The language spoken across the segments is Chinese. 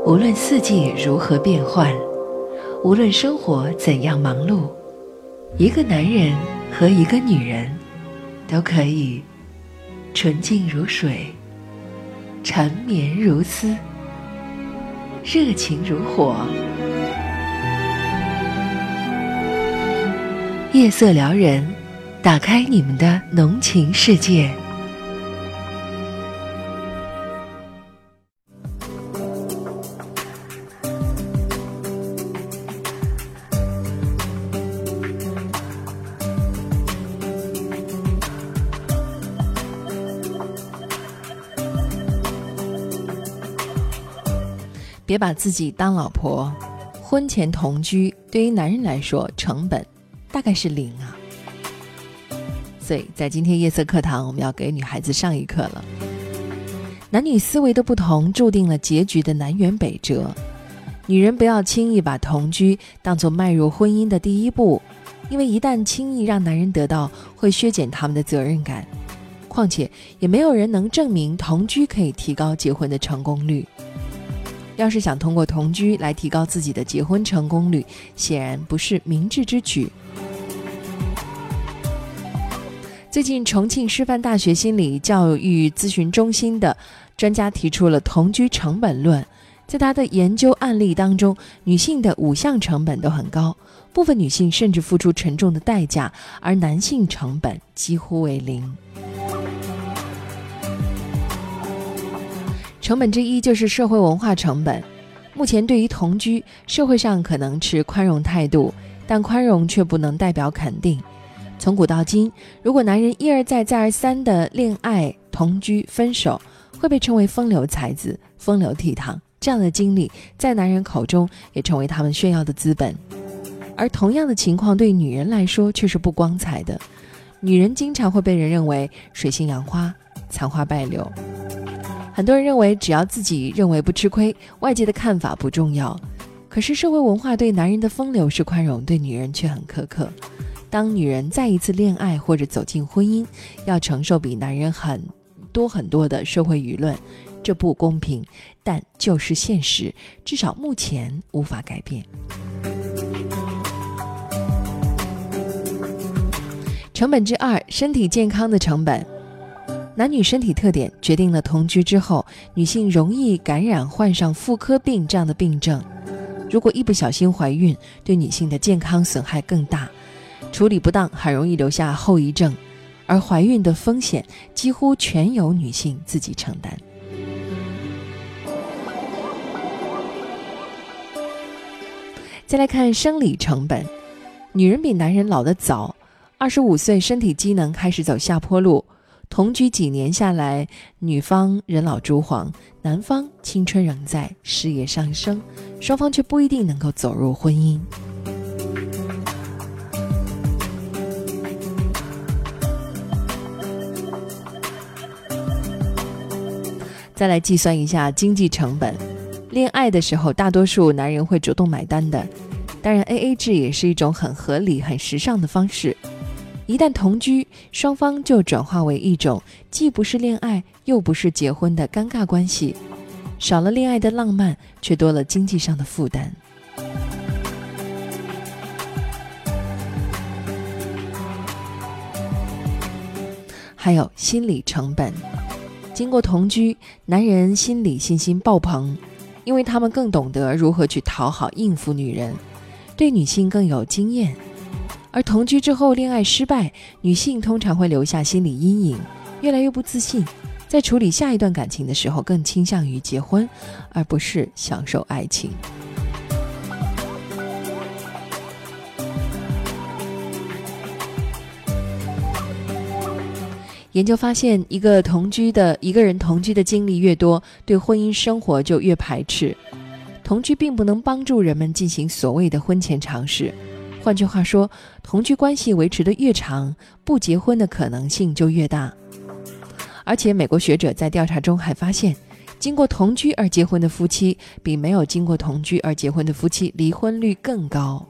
无论四季如何变换，无论生活怎样忙碌，一个男人和一个女人都可以纯净如水，缠绵如丝，热情如火。夜色撩人，打开你们的浓情世界。别把自己当老婆，婚前同居对于男人来说成本大概是0啊。所以在今天夜色课堂，我们要给女孩子上一课了。男女思维的不同注定了结局的南辕北辙。女人不要轻易把同居当作迈入婚姻的第一步，因为一旦轻易让男人得到，会削减他们的责任感。况且也没有人能证明同居可以提高结婚的成功率。要是想通过同居来提高自己的结婚成功率，显然不是明智之举。最近重庆师范大学心理教育咨询中心的专家提出了同居成本论。在他的研究案例当中，女性的5项成本都很高，部分女性甚至付出沉重的代价，而男性成本几乎为0。成本之一就是社会文化成本。目前对于同居，社会上可能持宽容态度，但宽容却不能代表肯定。从古到今，如果男人一而再再而三的恋爱、同居、分手，会被称为风流才子、风流倜傥。这样的经历在男人口中也成为他们炫耀的资本。而同样的情况对女人来说却是不光彩的。女人经常会被人认为水性杨花、残花败柳。很多人认为只要自己认为不吃亏，外界的看法不重要。可是社会文化对男人的风流是宽容，对女人却很苛刻。当女人再一次恋爱或者走进婚姻，要承受比男人很多的社会舆论，这不公平，但就是现实，至少目前无法改变。成本之2，身体健康的成本。男女身体特点决定了同居之后，女性容易感染患上妇科病这样的病症。如果一不小心怀孕，对女性的健康损害更大，处理不当很容易留下后遗症，而怀孕的风险几乎全由女性自己承担。再来看生理成本。女人比男人老得早，25岁身体机能开始走下坡路。同居几年下来，女方人老珠黄，男方青春仍在，事业上升，双方却不一定能够走入婚姻。再来计算一下经济成本。恋爱的时候，大多数男人会主动买单的，当然 AA 制也是一种很合理、很时尚的方式。一旦同居，双方就转化为一种既不是恋爱又不是结婚的尴尬关系，少了恋爱的浪漫，却多了经济上的负担。还有心理成本。经过同居，男人心理信心爆棚，因为他们更懂得如何去讨好应付女人，对女性更有经验。而同居之后恋爱失败，女性通常会留下心理阴影，越来越不自信，在处理下一段感情的时候更倾向于结婚，而不是享受爱情。研究发现，一个人同居的经历越多，对婚姻生活就越排斥。同居并不能帮助人们进行所谓的婚前尝试。换句话说，同居关系维持的越长，不结婚的可能性就越大。而且美国学者在调查中还发现，经过同居而结婚的夫妻，比没有经过同居而结婚的夫妻离婚率更高。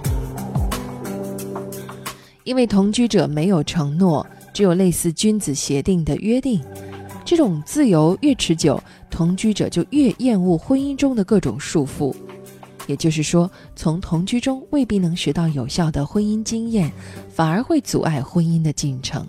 因为同居者没有承诺，只有类似君子协定的约定，这种自由越持久， 同居者就越厌恶婚姻中的各种束缚。也就是说，从同居中未必能学到有效的婚姻经验，反而会阻碍婚姻的进程。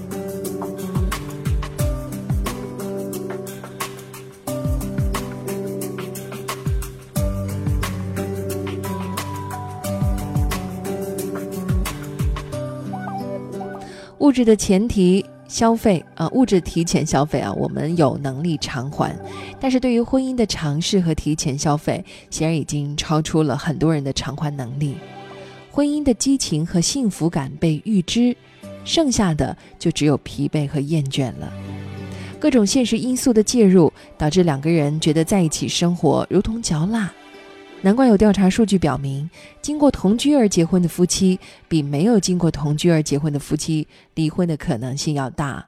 物质的前提消费物质提前消费我们有能力偿还，但是对于婚姻的尝试和提前消费，显然已经超出了很多人的偿还能力。婚姻的激情和幸福感被预支，剩下的就只有疲惫和厌倦了。各种现实因素的介入，导致两个人觉得在一起生活如同嚼蜡。难怪有调查数据表明，经过同居而结婚的夫妻比没有经过同居而结婚的夫妻离婚的可能性要大。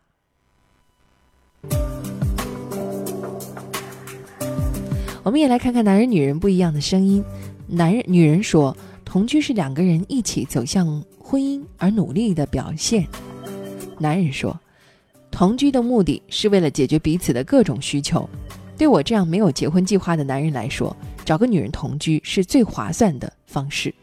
我们也来看看男人女人不一样的声音。女人说，同居是两个人一起走向婚姻而努力的表现。男人说，同居的目的是为了解决彼此的各种需求。对我这样没有结婚计划的男人来说，找个女人同居是最划算的方式。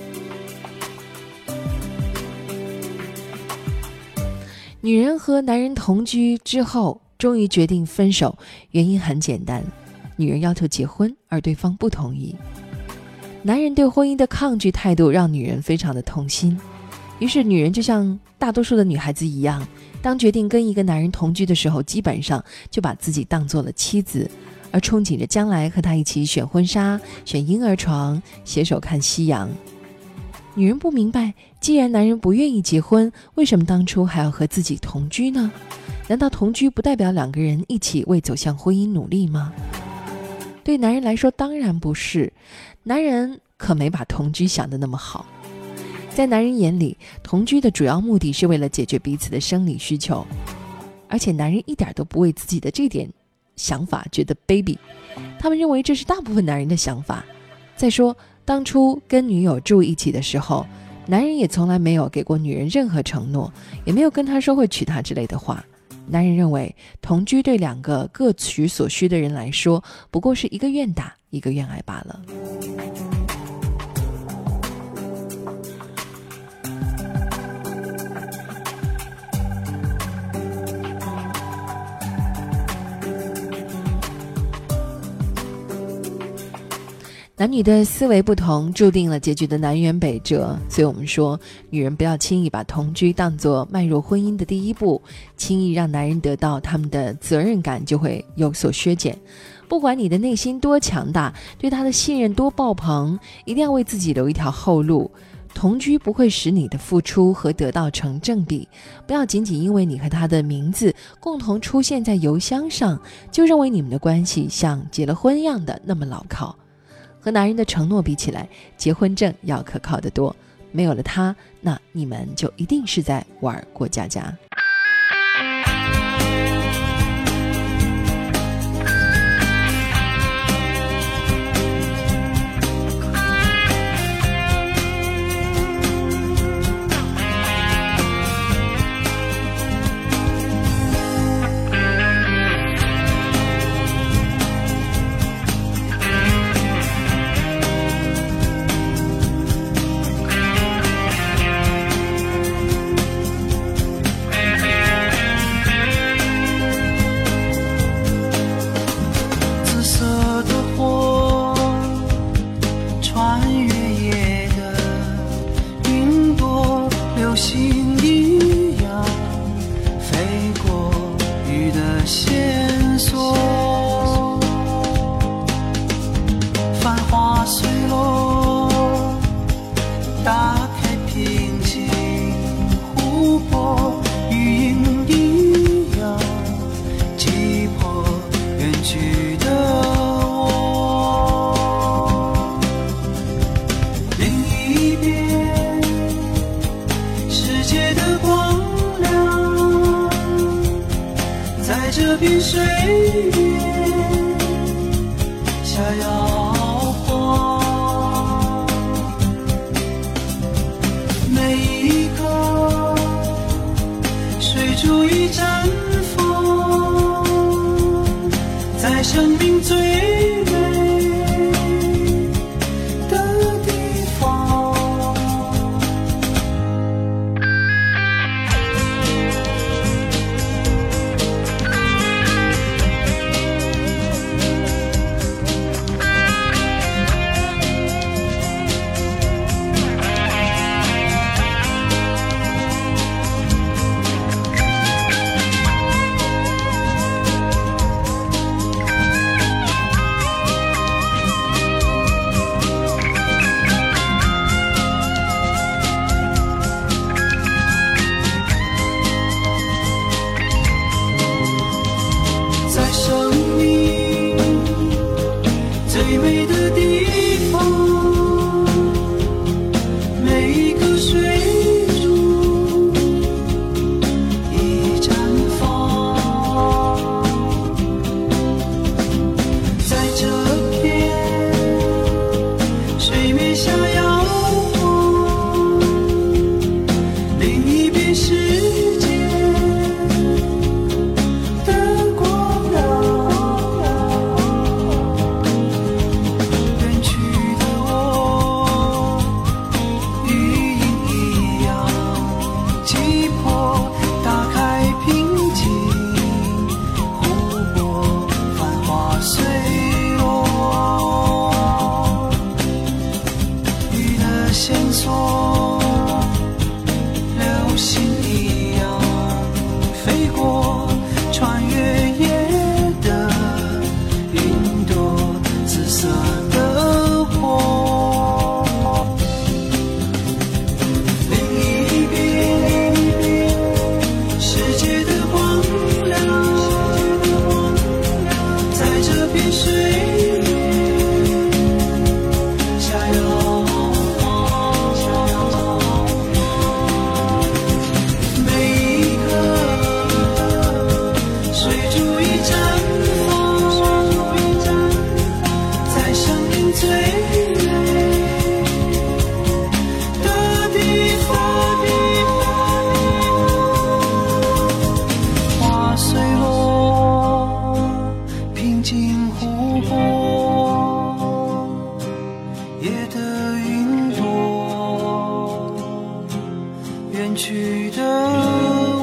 女人和男人同居之后，终于决定分手，原因很简单，女人要求结婚，而对方不同意。男人对婚姻的抗拒态度让女人非常的痛心，于是女人就像大多数的女孩子一样，当决定跟一个男人同居的时候，基本上就把自己当做了妻子，而憧憬着将来和他一起选婚纱、选婴儿床、携手看夕阳。女人不明白，既然男人不愿意结婚，为什么当初还要和自己同居呢？难道同居不代表两个人一起为走向婚姻努力吗？对男人来说当然不是，男人可没把同居想得那么好。在男人眼里，同居的主要目的是为了解决彼此的生理需求，而且男人一点都不为自己的这点想法觉得卑鄙，他们认为这是大部分男人的想法。再说，当初跟女友住一起的时候，男人也从来没有给过女人任何承诺，也没有跟她说会娶她之类的话。男人认为，同居对两个各取所需的人来说，不过是一个愿打一个愿挨罢了。男女的思维不同，注定了结局的南辕北辙。所以我们说，女人不要轻易把同居当作迈入婚姻的第一步，轻易让男人得到他们的责任感就会有所削减。不管你的内心多强大，对他的信任多爆棚，一定要为自己留一条后路。同居不会使你的付出和得到成正比，不要仅仅因为你和他的名字共同出现在邮箱上，就认为你们的关系像结了婚一样的那么牢靠。和男人的承诺比起来，结婚证要可靠得多。没有了他，那你们就一定是在玩过家家。 这片水月下摇晃，每一刻水珠已绽放，在生命最美的地方。在生命最美的地方，每一个水珠已绽放。在这片水面下摇晃，另一边世界线索，流星一样飞过，穿越夜的云朵，紫色的火。另一边，世界的光亮，在这片水面下摇。最美的地方，花碎落，平静湖泊，夜的云朵，远去的